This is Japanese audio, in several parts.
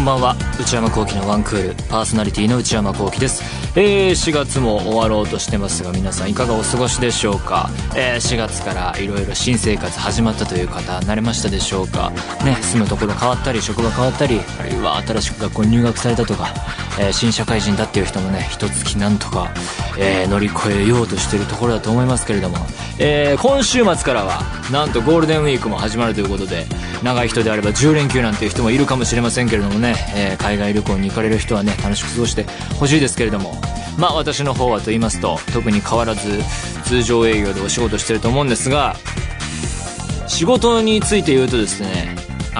ばんは。内山聖輝のワンクールパーソナリティの内山聖輝です。4月も終わろうとしてますが、皆さんいかがお過ごしでしょうか。4月からいろいろ新生活始まったという方慣れましたでしょうかね。住むところ変わったり職場変わったり、あるいは新しく学校に入学されたとか、新社会人だっていう人もね、一月なんとか、乗り越えようとしているところだと思いますけれども、今週末からはなんとゴールデンウィークも始まるということで、長い人であれば10連休なんていう人もいるかもしれませんけれどもね、海外旅行に行かれる人はね、楽しく過ごしてほしいですけれども、まあ私の方はと言いますと、特に変わらず通常営業でお仕事してると思うんですが、仕事について言うとですね、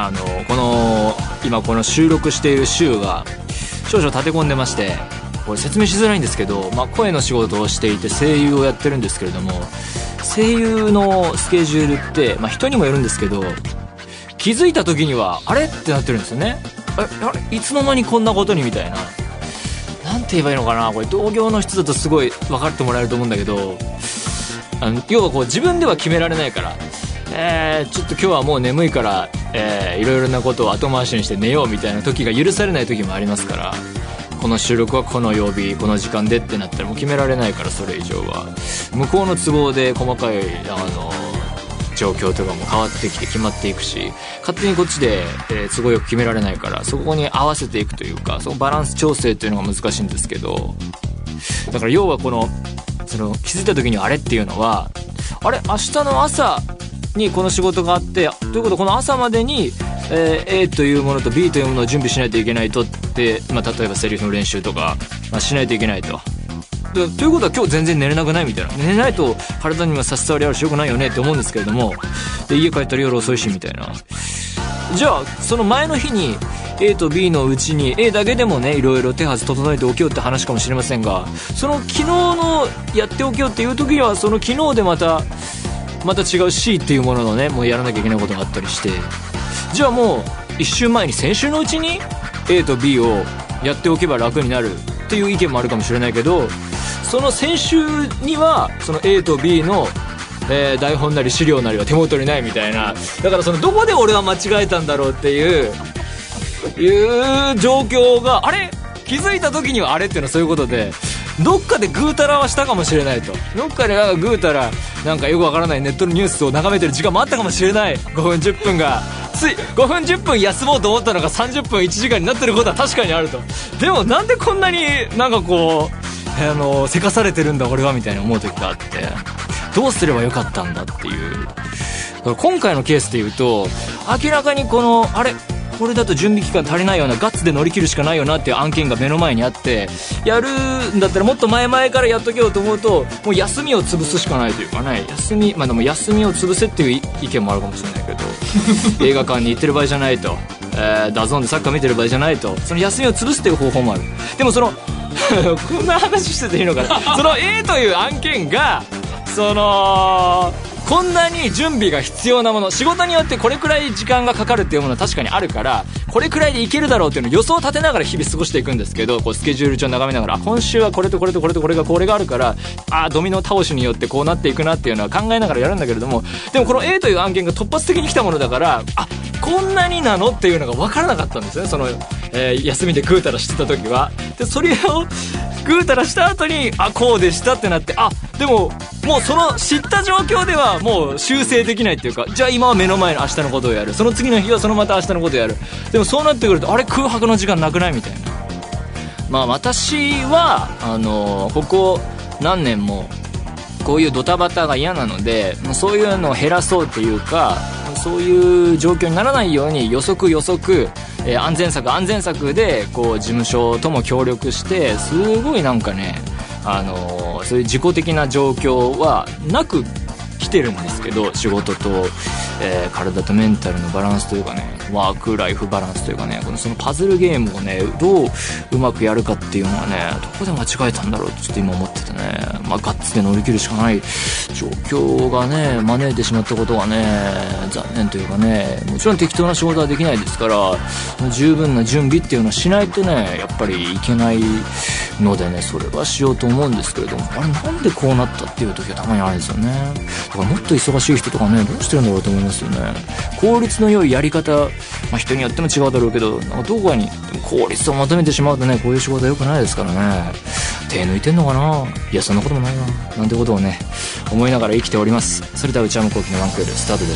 今この収録している週が少々立て込んでまして、これ説明しづらいんですけど、声の仕事をしていて声優をやってるんですけれども、声優のスケジュールって、人にもよるんですけど、気づいた時にはあれってなってるんですよね。あれいつの間にこんなことにみたいな、なんて言えばいいのかな。これ同業の人だとすごい分かってもらえると思うんだけど、要はこう自分では決められないから、ちょっと今日はもう眠いから、いろいろなことを後回しにして寝ようみたいな時が許されない時もありますから、この収録はこの曜日この時間でってなったらもう決められないから、それ以上は向こうの都合で細かい状況とかも変わってきて決まっていくし、勝手にこっちで、都合よく決められないから、そこに合わせていくというか、そのバランス調整っていうのが難しいんですけど、だから要はその気づいた時にあれっていうのは、あれ明日の朝にこの仕事があって、ということはこの朝までに、A というものと B というものを準備しないといけないとって、例えばセリフの練習とか、しないといけないと。ということは今日全然寝れなくないみたいな、寝ないと体にも差し障りあるしよくないよねって思うんですけれども、で家帰ったら夜遅いしみたいな。じゃあその前の日に A と B のうちに A だけでもね、いろいろ手はず整えておけよって話かもしれませんが、その昨日のやっておけよっていう時には、その昨日でまた違う C っていうもののね、もうやらなきゃいけないことがあったりして、じゃあもう1週前に先週のうちに A と B をやっておけば楽になるっていう意見もあるかもしれないけど、その先週にはその A と B の、台本なり資料なりは手元にないみたいな、だからそのどこで俺は間違えたんだろうっていう状況が、あれ気づいた時にはあれっていうのはそういうことで、どっかでぐうたらはしたかもしれないと。どっかでぐうたらなんかよくわからないネットのニュースを眺めてる時間もあったかもしれない。5分10分がつい5分10分休もうと思ったのが30分1時間になってることは確かにあると。でもなんでこんなになんかこうせかされてるんだ俺はみたいに思う時があって、どうすればよかったんだっていう。今回のケースで言うと、明らかにこれだと準備期間足りないような、ガッツで乗り切るしかないよなっていう案件が目の前にあって、やるんだったらもっと前々からやっとけようと思うと、もう休みを潰すしかないというかね、でも休みを潰せっていう意見もあるかもしれないけど映画館に行ってる場合じゃないと、ダゾーンでサッカー見てる場合じゃないと、その休みを潰すっていう方法もある。でもこんな話してていいのかなその A という案件がこんなに準備が必要なもの、仕事によってこれくらい時間がかかるっていうものは確かにあるから、これくらいでいけるだろうっていうのを予想を立てながら日々過ごしていくんですけど、こうスケジュール帳を眺めながら、今週はこれとこれとこれとこれがあるから、ドミノ倒しによってこうなっていくなっていうのは考えながらやるんだけれども、でもこの A という案件が突発的に来たものだから、こんなになのっていうのが分からなかったんですよね。休みでぐうたらしてた時は。でそれをぐうたらした後にこうでしたってなって、でももうその知った状況ではもう修正できないっていうか、じゃあ今は目の前の明日のことをやる、その次の日はそのまた明日のことをやる。でもそうなってくると、空白の時間なくないみたいな。私はここ何年もこういうドタバタが嫌なので、そういうのを減らそうっていうか、そういう状況にならないように予測、安全策でこう事務所とも協力して、すごいなんかね、そういう自己的な状況はなく来てるんですけど、仕事と、体とメンタルのバランスというかね、ワークライフバランスというかね、そのパズルゲームをね、どううまくやるかっていうのはね、どこで間違えたんだろうってちょっと今思っててね、ガッツで乗り切るしかない状況がね、招いてしまったことがね、残念というかね、もちろん適当な仕事はできないですから、十分な準備っていうのをしないとね、やっぱりいけないのでね、それはしようと思うんですけれども、あれなんでこうなったっていう時はたまにあるんですよね。だからもっと忙しい人とかね、どうしてるんだろうと思いますよね。効率の良いやり方、人によっても違うだろうけど、なんかどこかに効率を求めてしまうとね、こういう仕事は良くないですからね。手抜いてんのかな。いや、そんなこともないな、なんてことをね、思いながら生きております。それでは内山聖輝のワンクールスタートです。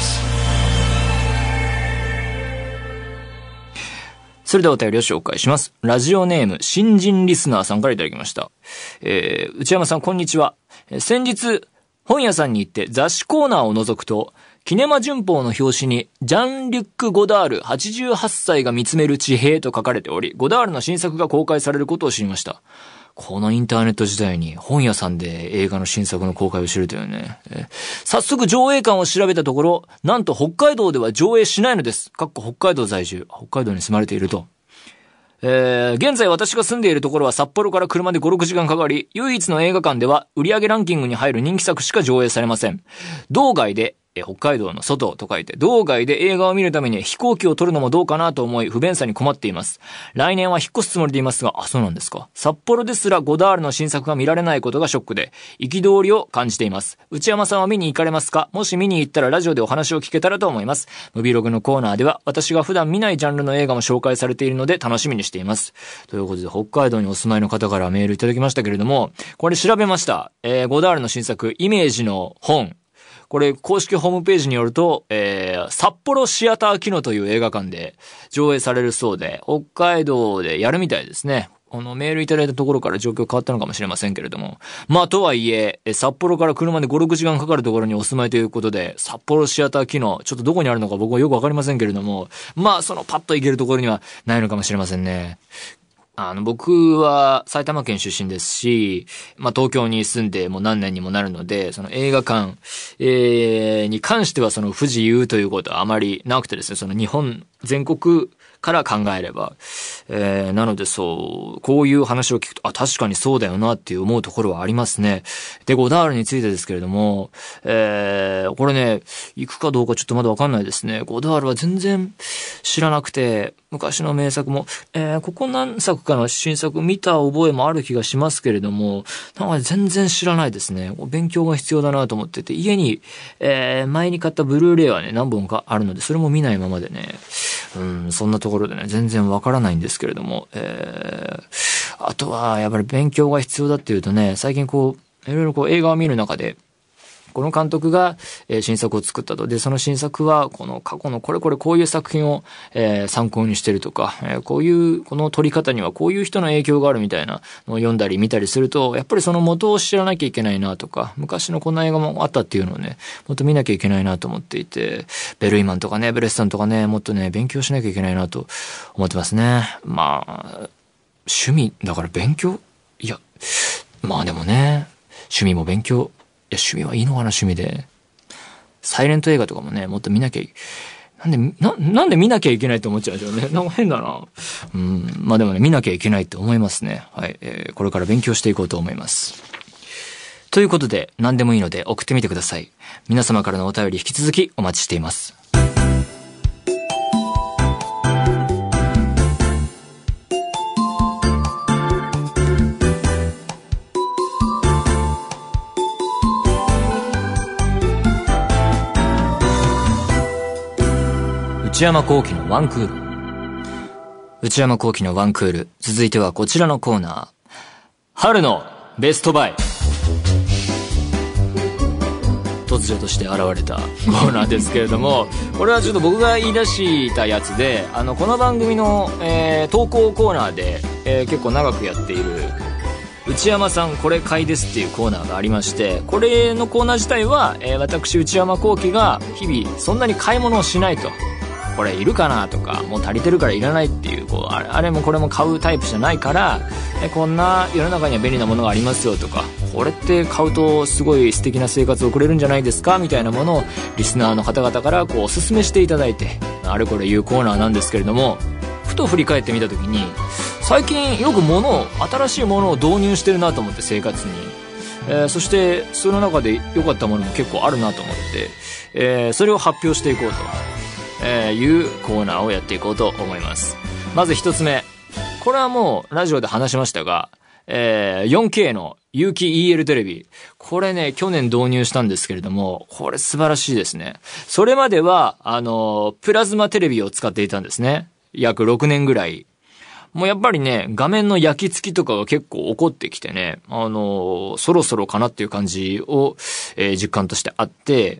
それではお便りを紹介します。ラジオネーム新人リスナーさんからいただきました。内山さんこんにちは。先日本屋さんに行って雑誌コーナーを覗くと、キネマ旬報の表紙にジャン・リュック・ゴダール88歳が見つめる地平と書かれており、ゴダールの新作が公開されることを知りました。このインターネット時代に本屋さんで映画の新作の公開を知るというね。早速上映館を調べたところ、なんと北海道では上映しないのです。北海道在住、北海道に住まれていると。現在私が住んでいるところは札幌から車で5、6時間かかり、唯一の映画館では売上ランキングに入る人気作しか上映されません。道外で北海道の外と書いて、道外で映画を見るために飛行機を取るのもどうかなと思い、不便さに困っています。来年は引っ越すつもりでいますが、そうなんですか。札幌ですらゴダールの新作が見られないことがショックで、憤りを感じています。内山さんは見に行かれますか？もし見に行ったらラジオでお話を聞けたらと思います。ムビログのコーナーでは、私が普段見ないジャンルの映画も紹介されているので楽しみにしています。ということで、北海道にお住まいの方からメールいただきましたけれども、これ調べました。ゴダールの新作、イメージの本。これ公式ホームページによると、札幌シアターキノという映画館で上映されるそうで、北海道でやるみたいですね。このメールいただいたところから状況変わったのかもしれませんけれども。とはいえ、札幌から車で5、6時間かかるところにお住まいということで、札幌シアターキノ、ちょっとどこにあるのか僕はよくわかりませんけれども、そのパッと行けるところにはないのかもしれませんね。僕は埼玉県出身ですし、東京に住んでもう何年にもなるので、その映画館、に関してはその不自由ということはあまりなくてですね、その日本全国から考えれば、なのでこういう話を聞くと、確かにそうだよなっていう思うところはありますね。で、ゴダールについてですけれども、これね、行くかどうかちょっとまだわかんないですね。ゴダールは全然知らなくて、昔の名作も、ここ何作かの新作見た覚えもある気がしますけれども、なんか全然知らないですね。勉強が必要だなと思ってて、家に、前に買ったブルーレイはね、何本かあるので、それも見ないままでね、そんなところでね、全然わからないんですけれども、あとは、やっぱり勉強が必要だっていうとね、最近いろいろ映画を見る中で、この監督が、新作を作ったと。で、その新作は、この過去のこういう作品を、参考にしてるとか、この撮り方にはこういう人の影響があるみたいなのを読んだり見たりすると、やっぱりその元を知らなきゃいけないなとか、昔のこんな映画もあったっていうのをね、もっと見なきゃいけないなと思っていて、ベルイマンとかね、ブレスさんとかね、もっとね、勉強しなきゃいけないなと思ってますね。趣味だから勉強？いや、でもね、趣味も勉強、趣味はいいのかな、趣味で。サイレント映画とかもね、もっと見なきゃなんで見なきゃいけないと思っちゃうんですよね。なんか変だな。でもね、見なきゃいけないって思いますね。はい。これから勉強していこうと思います。ということで、何でもいいので送ってみてください。皆様からのお便り引き続きお待ちしています。内山聖輝のワンクール。内山聖輝のワンクール。続いてはこちらのコーナー。春のベストバイ。突如として現れたコーナーですけれども、これはちょっと僕が言い出したやつで、この番組の、投稿コーナーで、結構長くやっている内山さんこれ買いですっていうコーナーがありまして、これのコーナー自体は、私内山聖輝が日々そんなに買い物をしないと、これいるかなとか、もう足りてるからいらないっていう、あれもこれも買うタイプじゃないから、こんな世の中には便利なものがありますよとか、これって買うとすごい素敵な生活を送れるんじゃないですかみたいなものをリスナーの方々からおすすめしていただいて、あれこれ言うコーナーなんですけれども、ふと振り返ってみた時に、最近よく新しいものを導入してるなと思って、生活に。そしてその中で良かったものも結構あるなと思って、それを発表していこうというコーナーをやっていこうと思います。まず一つ目、これはもうラジオで話しましたが、 4K の有機 EL テレビ。これね、去年導入したんですけれども、これ素晴らしいですね。それまでは、プラズマテレビを使っていたんですね。約6年ぐらい。もうやっぱりね、画面の焼き付きとかが結構起こってきてね、そろそろかなっていう感じを、実感としてあって、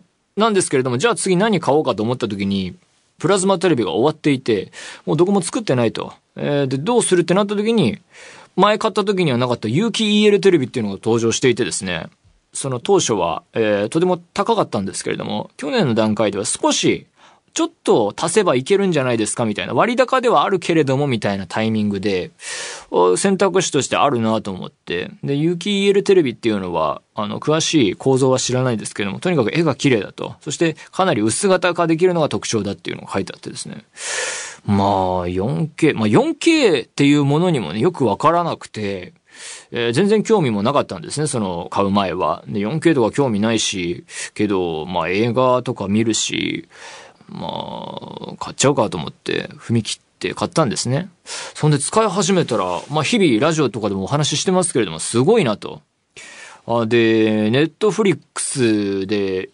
なんですけれども、じゃあ次何買おうかと思った時に、プラズマテレビが終わっていて、もうどこも作ってないと。で、どうするってなった時に、前買った時にはなかった有機 EL テレビっていうのが登場していてですね、その当初は、とても高かったんですけれども、去年の段階では少し、ちょっと足せばいけるんじゃないですかみたいな、割高ではあるけれどもみたいなタイミングで、選択肢としてあるなと思って、で、有機 EL テレビっていうのは、詳しい構造は知らないですけども、とにかく絵が綺麗だと、そしてかなり薄型化できるのが特徴だっていうのが書いてあってですね。4K っていうものにもね、よくわからなくて、全然興味もなかったんですね、買う前は。で、4K とか興味ないし、けど、映画とか見るし、買っちゃおうかと思って踏み切って買ったんですね。そんで使い始めたら、日々ラジオとかでもお話ししてますけれども、すごいなと。で、ネットフリックスで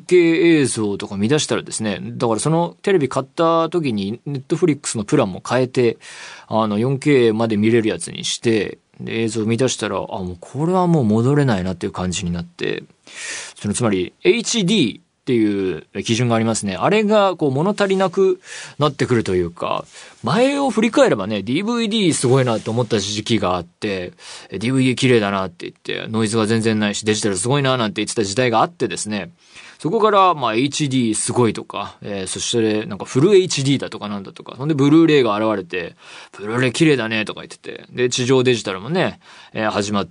4K 映像とか見出したらですね、だからそのテレビ買った時にネットフリックスのプランも変えて、4K まで見れるやつにして、で映像を見出したら、もうこれはもう戻れないなっていう感じになって、つまり HDっていう基準がありますね。あれがこう物足りなくなってくるというか、前を振り返ればね、DVD すごいなと思った時期があって、DVD 綺麗だなって言って、ノイズが全然ないし、デジタルすごいななんて言ってた時代があってですね、そこからHD すごいとか、そしてなんかフル HD だとかなんだとか、そんでブルーレイが現れて、ブルーレイ綺麗だねとか言ってて、で、地上デジタルもね、始まって、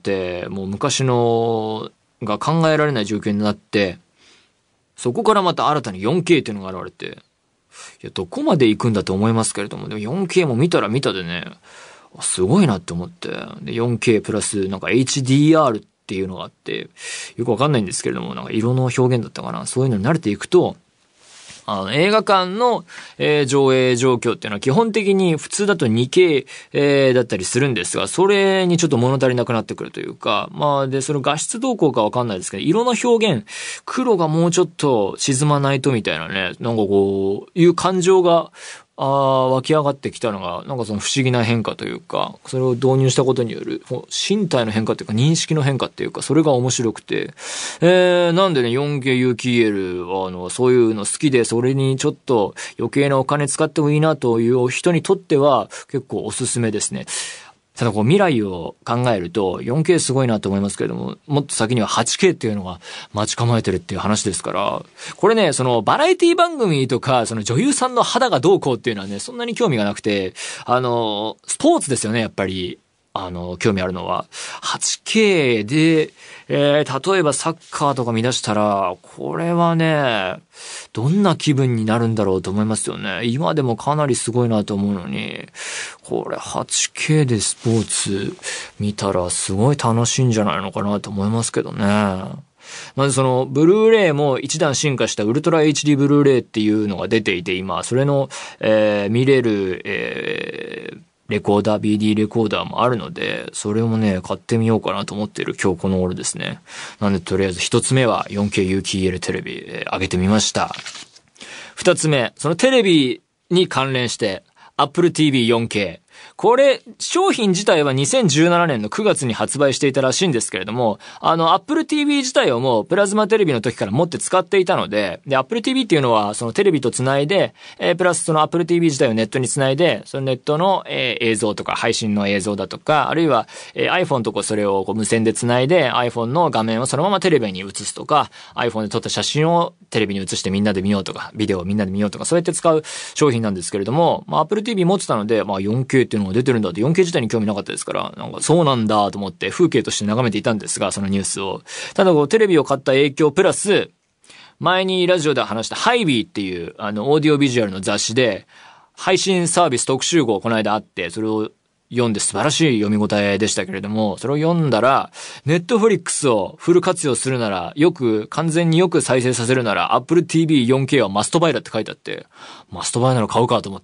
もう昔のが考えられない状況になって、そこからまた新たに 4K っていうのが現れて、いや、どこまで行くんだと思いますけれども、でも 4K も見たら見たでね、すごいなって思って、で、4K プラスなんか HDR っていうのがあって、よくわかんないんですけれども、なんか色の表現だったかな、そういうのに慣れていくと、映画館の、上映状況っていうのは基本的に普通だと 2K、だったりするんですが、それにちょっと物足りなくなってくるというか、で、その画質動向かわかんないですけど、色の表現、黒がもうちょっと沈まないとみたいなね、なんかこう、いう感情が、湧き上がってきたのが、なんかその不思議な変化というか、それを導入したことによる、身体の変化というか、認識の変化っていうか、それが面白くて、なんでね、4K 有機 EL は、そういうの好きで、それにちょっと余計なお金使ってもいいなという人にとっては、結構おすすめですね。ただこう未来を考えると 4K すごいなと思いますけれども、もっと先には 8K っていうのが待ち構えてるっていう話ですから、これね、そのバラエティ番組とか、その女優さんの肌がどうこうっていうのはね、そんなに興味がなくて、スポーツですよね、やっぱり。興味あるのは。8K で、例えばサッカーとか見出したら、これはね、どんな気分になるんだろうと思いますよね。今でもかなりすごいなと思うのに、これ 8K でスポーツ見たらすごい楽しいんじゃないのかなと思いますけどね。なんでその、ブルーレイも一段進化したウルトラ HD ブルーレイっていうのが出ていて、今、それの、見れる、レコーダー、BD レコーダーもあるので、それもね、買ってみようかなと思っている今日この頃ですね。なんでとりあえず一つ目は 4K 有機 EL テレビ、上げてみました。二つ目、そのテレビに関連して、Apple TV 4K。これ、商品自体は2017年の9月に発売していたらしいんですけれども、Apple TV 自体をもうプラズマテレビの時から持って使っていたので、で、Apple TV っていうのはそのテレビとつないで、プラスその Apple TV 自体をネットにつないで、そのネットの、映像とか配信の映像だとか、あるいは、iPhone とそれを無線でつないで iPhone の画面をそのままテレビに映すとか、iPhone で撮った写真をテレビに映してみんなで見ようとか、ビデオをみんなで見ようとか、そうやって使う商品なんですけれども、Apple TV 持ってたので、4K っていうのが出てるんだって 4K 自体に興味なかったですから、なんかそうなんだと思って風景として眺めていたんですが、そのニュースを。ただテレビを買った影響プラス、前にラジオで話したハイビーっていうオーディオビジュアルの雑誌で、配信サービス特集号この間あって、それを読んで素晴らしい読み応えでしたけれども、それを読んだら、ネットフリックスをフル活用するなら、完全によく再生させるなら、Apple TV 4K はマストバイだって書いてあって、マストバイなら買うかと思って、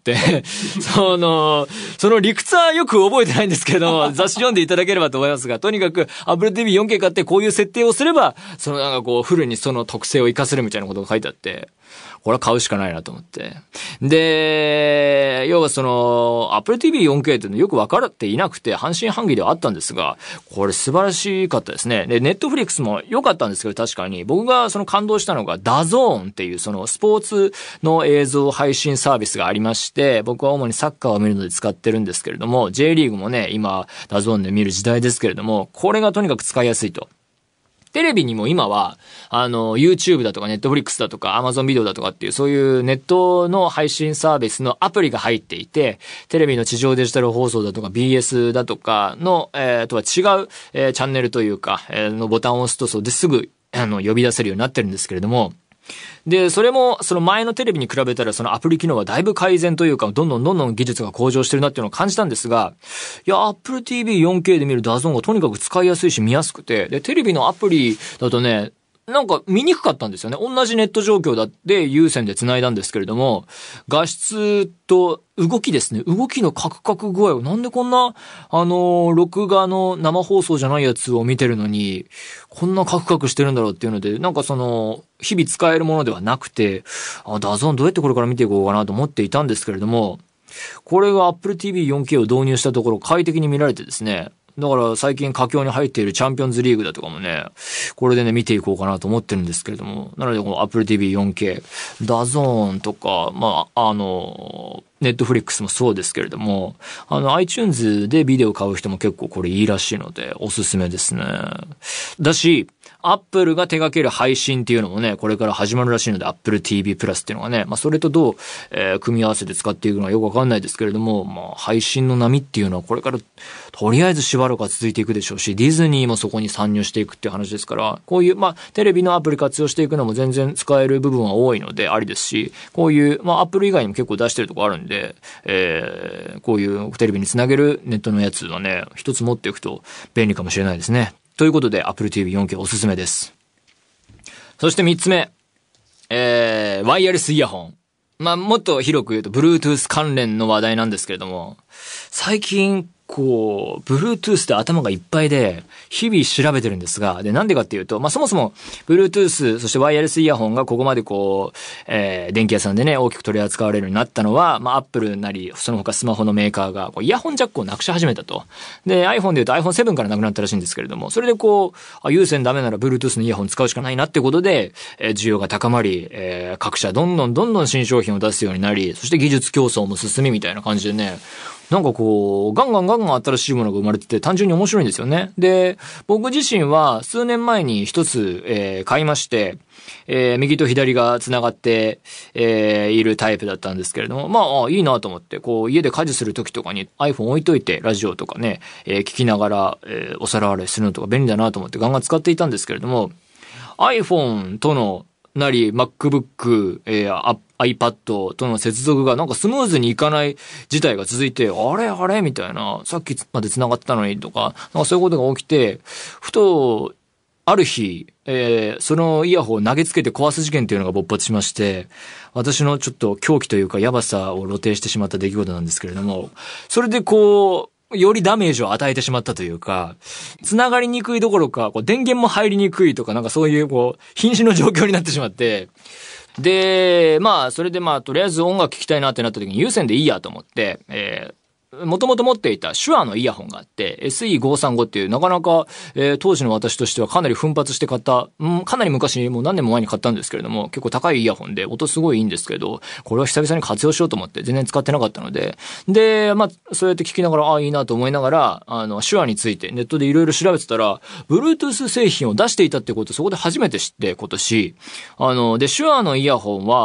その理屈はよく覚えてないんですけど、雑誌読んでいただければと思いますが、とにかく Apple TV 4K 買ってこういう設定をすれば、フルにその特性を活かせるみたいなことが書いてあって、これは買うしかないなと思って。で、要はApple TV 4K っていうのよく分かっていなくて、半信半疑ではあったんですが、これ素晴らしかったですね。で、Netflix も良かったんですけど、確かに、僕が感動したのが、ダゾーンっていうスポーツの映像配信サービスがありまして、僕は主にサッカーを見るので使ってるんですけれども、J リーグもね、今、ダゾーンで見る時代ですけれども、これがとにかく使いやすいと。テレビにも今は、YouTube だとか Netflix だとか Amazon ビデオだとかっていうそういうネットの配信サービスのアプリが入っていて、テレビの地上デジタル放送だとか BS だとかの、とは違う、チャンネルというか、のボタンを押すとそうですぐ、呼び出せるようになってるんですけれども、で、それも、前のテレビに比べたら、アプリ機能はだいぶ改善というか、どんどん技術が向上してるなっていうのを感じたんですが、いや、Apple TV 4K で見るダゾーンがとにかく使いやすいし見やすくて、で、テレビのアプリだとね、なんか見にくかったんですよね。同じネット状況で有線で繋いだんですけれども、画質と動きですね。動きのカクカク具合をなんでこんな、録画の生放送じゃないやつを見てるのに、こんなカクカクしてるんだろうっていうので、なんか日々使えるものではなくて、ダゾーンどうやってこれから見ていこうかなと思っていたんですけれども、これが Apple TV 4K を導入したところ快適に見られてですね、だから最近佳境に入っているチャンピオンズリーグだとかもね、これでね見ていこうかなと思ってるんですけれども、なのでこの Apple TV 4K、ダゾーンとか、ネットフリックスもそうですけれども、iTunes でビデオ買う人も結構これいいらしいので、おすすめですね。だし、Apple が手掛ける配信っていうのもね、これから始まるらしいので、Apple TV プラスっていうのがね、それとどう、組み合わせて使っていくのはよくわかんないですけれども、配信の波っていうのはこれからとりあえずしばらくは続いていくでしょうし、ディズニーもそこに参入していくっていう話ですから、こういう、テレビのアプリ活用していくのも全然使える部分は多いので、ありですし、こういう、Apple 以外にも結構出してるとこあるんで、こういうテレビにつなげるネットのやつはね、一つ持っていくと便利かもしれないですね。ということで Apple TV 4K おすすめです。そして3つ目、ワイヤレスイヤホン。もっと広く言うと Bluetooth 関連の話題なんですけれども、最近Bluetooth で頭がいっぱいで、日々調べてるんですが、で、なんでかっていうと、そもそも、Bluetooth、そしてワイヤレスイヤホンがここまで電気屋さんでね、大きく取り扱われるようになったのは、Apple なり、その他スマホのメーカーが、イヤホンジャックをなくし始めたと。で、iPhone で言うと iPhone7 からなくなったらしいんですけれども、それで有線ダメなら Bluetooth のイヤホン使うしかないなってことで、需要が高まり、各社どんどん新商品を出すようになり、そして技術競争も進みみたいな感じでね、なんかガンガン新しいものが生まれてて単純に面白いんですよね。で、僕自身は数年前に一つ、買いまして、右と左が繋がって、いるタイプだったんですけれども、いいなと思って、家で家事するときとかに iPhone 置いといて、ラジオとかね、聞きながら、お皿洗いするのとか便利だなと思ってガンガン使っていたんですけれども、iPhone とのなり、MacBook、iPad との接続がなんかスムーズにいかない事態が続いて、あれみたいな、さっきまで繋がってたのにとか、なんかそういうことが起きて、ふと、ある日、そのイヤホンを投げつけて壊す事件っていうのが勃発しまして、私のちょっと狂気というかやばさを露呈してしまった出来事なんですけれども、それでよりダメージを与えてしまったというか、繋がりにくいどころか、電源も入りにくいとか、なんかそういう瀕死の状況になってしまって、で、それでとりあえず音楽聴きたいなってなった時に有線でいいやと思って、もともと持っていた手話のイヤホンがあって、SE535 っていうなかなか、当時の私としてはかなり奮発して買った、かなり昔、もう何年も前に買ったんですけれども、結構高いイヤホンで音すごいいいんですけど、これは久々に活用しようと思って全然使ってなかったので、で、そうやって聞きながら、いいなと思いながら、手話についてネットでいろいろ調べてたら、Bluetooth 製品を出していたってことをそこで初めて知って、今年。で、手話のイヤホンは、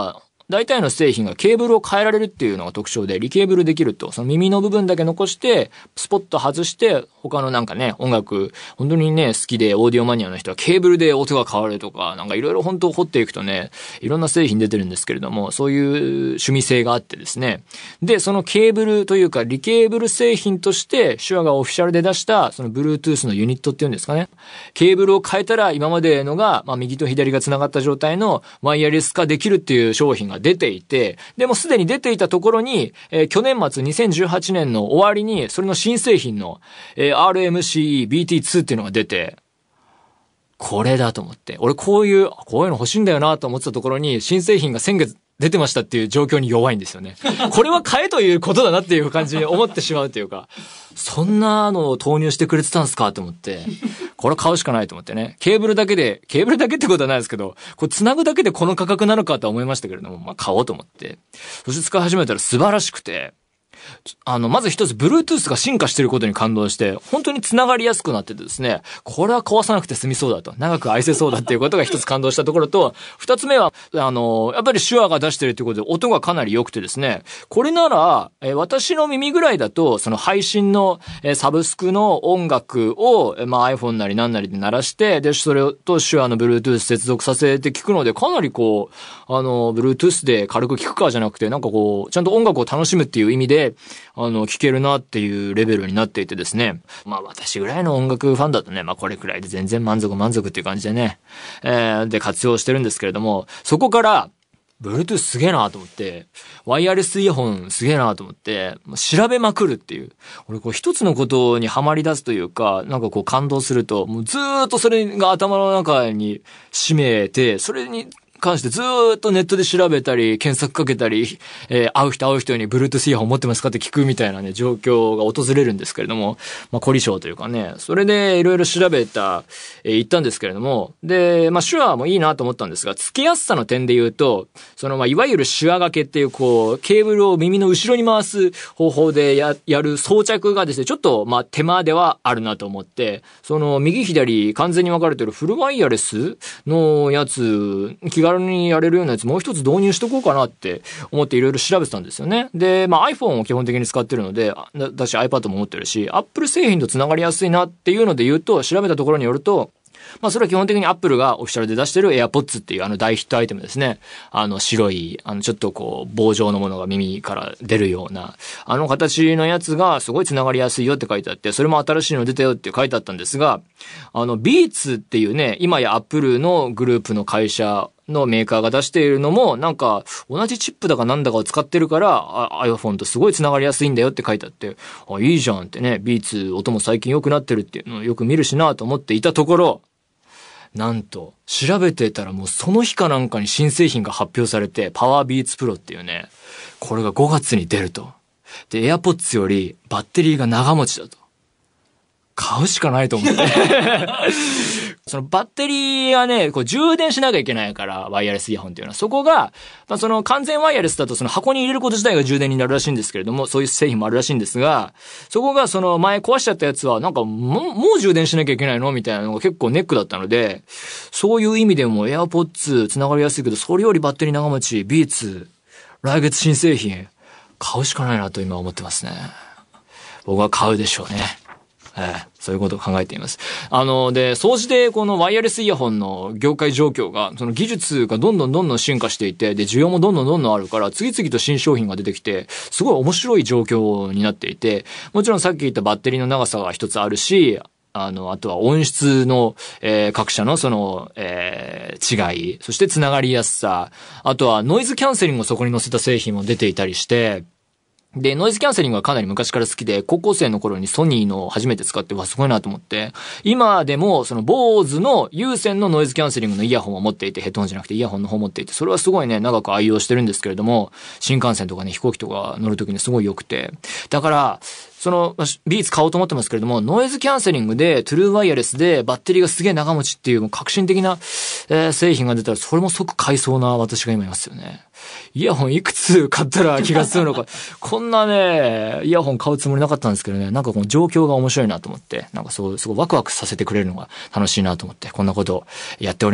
大体の製品がケーブルを変えられるっていうのが特徴で、リケーブルできると。その耳の部分だけ残して、スポット外して、他のなんかね、音楽、本当にね、好きでオーディオマニアの人はケーブルで音が変わるとか、なんかいろいろ本当掘っていくとね、いろんな製品出てるんですけれども、そういう趣味性があってですね。で、そのケーブルというか、リケーブル製品として、手話がオフィシャルで出した、その Bluetooth のユニットっていうんですかね。ケーブルを変えたら今までのが、右と左が繋がった状態のワイヤレス化できるっていう商品が出ていて、でもすでに出ていたところに、去年末2018年の終わりに、それの新製品の、RMCE BT2 っていうのが出て、これだと思って。俺こういうの欲しいんだよなと思ってたところに、新製品が先月出てましたっていう状況に弱いんですよね。これは買えということだなっていう感じに思ってしまうというか、そんなのを投入してくれてたんですかと思って、これ買うしかないと思ってね。ケーブルだけってことはないですけど、これ繋ぐだけでこの価格なのかとは思いましたけれども、買おうと思って。そして使い始めたら素晴らしくて、まず一つ、Bluetooth が進化していることに感動して、本当に繋がりやすくなっててですね、これは壊さなくて済みそうだと、長く愛せそうだっていうことが一つ感動したところと、二つ目は、やっぱり手話が出してるということで、音がかなり良くてですね、これなら、私の耳ぐらいだと、その配信の、サブスクの音楽を、iPhone なり何なりで鳴らして、で、それと手話の Bluetooth 接続させて聞くので、かなりこう、Bluetooth で軽く聞くかじゃなくて、なんかこう、ちゃんと音楽を楽しむっていう意味で、聞けるなっていうレベルになっていてですね。私ぐらいの音楽ファンだとね、これくらいで全然満足っていう感じでね、で活用してるんですけれども、そこから、Bluetooth すげえなと思って、ワイヤレスイヤホンすげえなと思って、調べまくるっていう。俺こう一つのことにはまり出すというか、なんかこう感動すると、もうずーっとそれが頭の中に占めて、それに関してずーっとネットで調べたり、検索かけたり、会う人に Bluetooth イヤホン持ってますかって聞くみたいなね、状況が訪れるんですけれども、凝り性というかね、それでいろいろ調べ行ったんですけれども、で、手話もいいなと思ったんですが、付けやすさの点で言うと、いわゆる手話掛けっていうこう、ケーブルを耳の後ろに回す方法でやる装着がですね、ちょっと手間ではあるなと思って、右左完全に分かれてるフルワイヤレスのやつ、気軽にやれるようなやつもう一つ導入しとこうかなって思っていろいろ調べてたんですよね。で、iPhone を基本的に使ってるので、だし iPad も持ってるし、Apple 製品と繋がりやすいなっていうので言うと、調べたところによると、それは基本的に Apple がオフィシャルで出してる AirPods っていう大ヒットアイテムですね。白い、ちょっとこう、棒状のものが耳から出るような、形のやつがすごい繋がりやすいよって書いてあって、それも新しいの出たよって書いてあったんですが、Beats っていうね、今や Apple のグループの会社のメーカーが出しているのも、なんか、同じチップだかなんだかを使ってるから、iPhone とすごい繋がりやすいんだよって書いてあって、いいじゃんってね、Beats 音も最近良くなってるっていうのをよく見るしなと思っていたところ、なんと、調べてたらもうその日かなんかに新製品が発表されて、パワービーツプロっていうね、これが5月に出ると。で、AirPods よりバッテリーが長持ちだと。買うしかないと思って。そのバッテリーはね、こう充電しなきゃいけないから、ワイヤレスイヤホンっていうのは。そこが、その完全ワイヤレスだとその箱に入れること自体が充電になるらしいんですけれども、そういう製品もあるらしいんですが、そこがその前壊しちゃったやつは、なんかもう充電しなきゃいけないのみたいなのが結構ネックだったので、そういう意味でも AirPods 繋がりやすいけど、それよりバッテリー長持ち、ビーツ、来月新製品、買うしかないなと今思ってますね。僕は買うでしょうね。そういうことを考えています。で、総じてこのワイヤレスイヤホンの業界状況が、その技術がどんどん進化していて、で、需要もどんどんあるから、次々と新商品が出てきて、すごい面白い状況になっていて、もちろんさっき言ったバッテリーの長さが一つあるし、あとは音質の、各社のその、違い、そして繋がりやすさ、あとはノイズキャンセリングをそこに載せた製品も出ていたりして、で、ノイズキャンセリングはかなり昔から好きで、高校生の頃にソニーの初めて使って、すごいなと思って、今でもそのBOSEの有線のノイズキャンセリングのイヤホンを持っていて、ヘッドホンじゃなくてイヤホンの方を持っていて、それはすごいね、長く愛用してるんですけれども、新幹線とかね、飛行機とか乗るときにすごい良くて。だから、ビーツ買おうと思ってますけれども、ノイズキャンセリングで、トゥルーワイヤレスで、バッテリーがすげえ長持ちっていう、もう革新的な、製品が出たら、それも即買いそうな私が今いますよね。イヤホンいくつ買ったら気がするのか。こんなね、イヤホン買うつもりなかったんですけどね、なんかこの状況が面白いなと思って、なんかすごいワクワクさせてくれるのが楽しいなと思って、こんなことをやっております。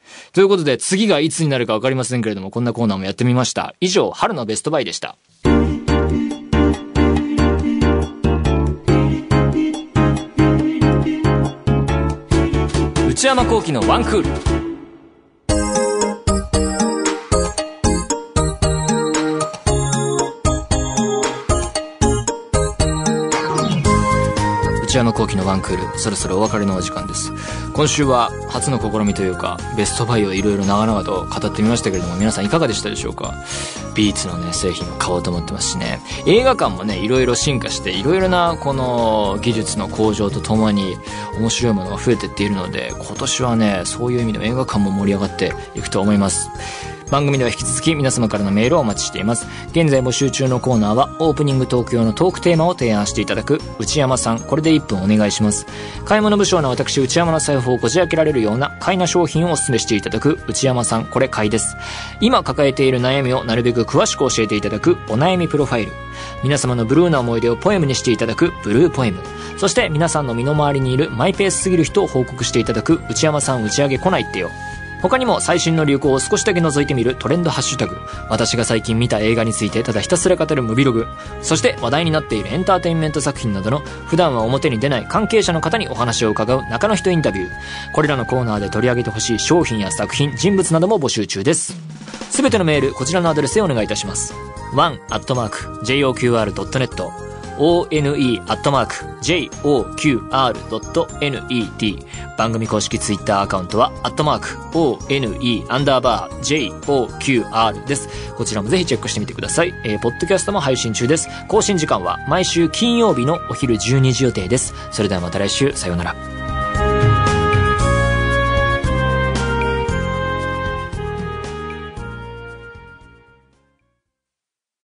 ということで、次がいつになるかわかりませんけれども、こんなコーナーもやってみました。以上、春のベストバイでした。内山聖輝のワンクール。内山聖輝のワンクール、そろそろお別れのお時間です。今週は初の試みというか、ベストバイをいろいろ長々と語ってみましたけれども、皆さんいかがでしたでしょうか。ビーツのね、製品も買おうと思ってますしね。映画館もね、いろいろ進化して、いろいろなこの技術の向上とともに面白いものが増えてっているので、今年はね、そういう意味でも映画館も盛り上がっていくと思います。番組では引き続き皆様からのメールをお待ちしています。現在募集中のコーナーはオープニングトーク用のトークテーマを提案していただく内山さん、これで1分お願いします。買い物不詳な私内山の財布をこじ開けられるような買いな商品をお勧めしていただく内山さん、これ買いです。今抱えている悩みをなるべく詳しく教えていただくお悩みプロファイル。皆様のブルーな思い出をポエムにしていただくブルーポエム。そして皆さんの身の回りにいるマイペースすぎる人を報告していただく内山さん打ち上げ来ないってよ。他にも最新の流行を少しだけ覗いてみるトレンドハッシュタグ、私が最近見た映画についてただひたすら語るムビログ、そして話題になっているエンターテインメント作品などの普段は表に出ない関係者の方にお話を伺う中の人インタビュー。これらのコーナーで取り上げてほしい商品や作品、人物なども募集中です。すべてのメール、こちらのアドレスへお願いいたします。one@joqr.net one@joqr.net。 番組公式ツイッターアカウントは@one_joqr です。こちらもぜひチェックしてみてください。ポッドキャストも配信中です。更新時間は毎週金曜日のお昼12時予定です。それではまた来週、さようなら。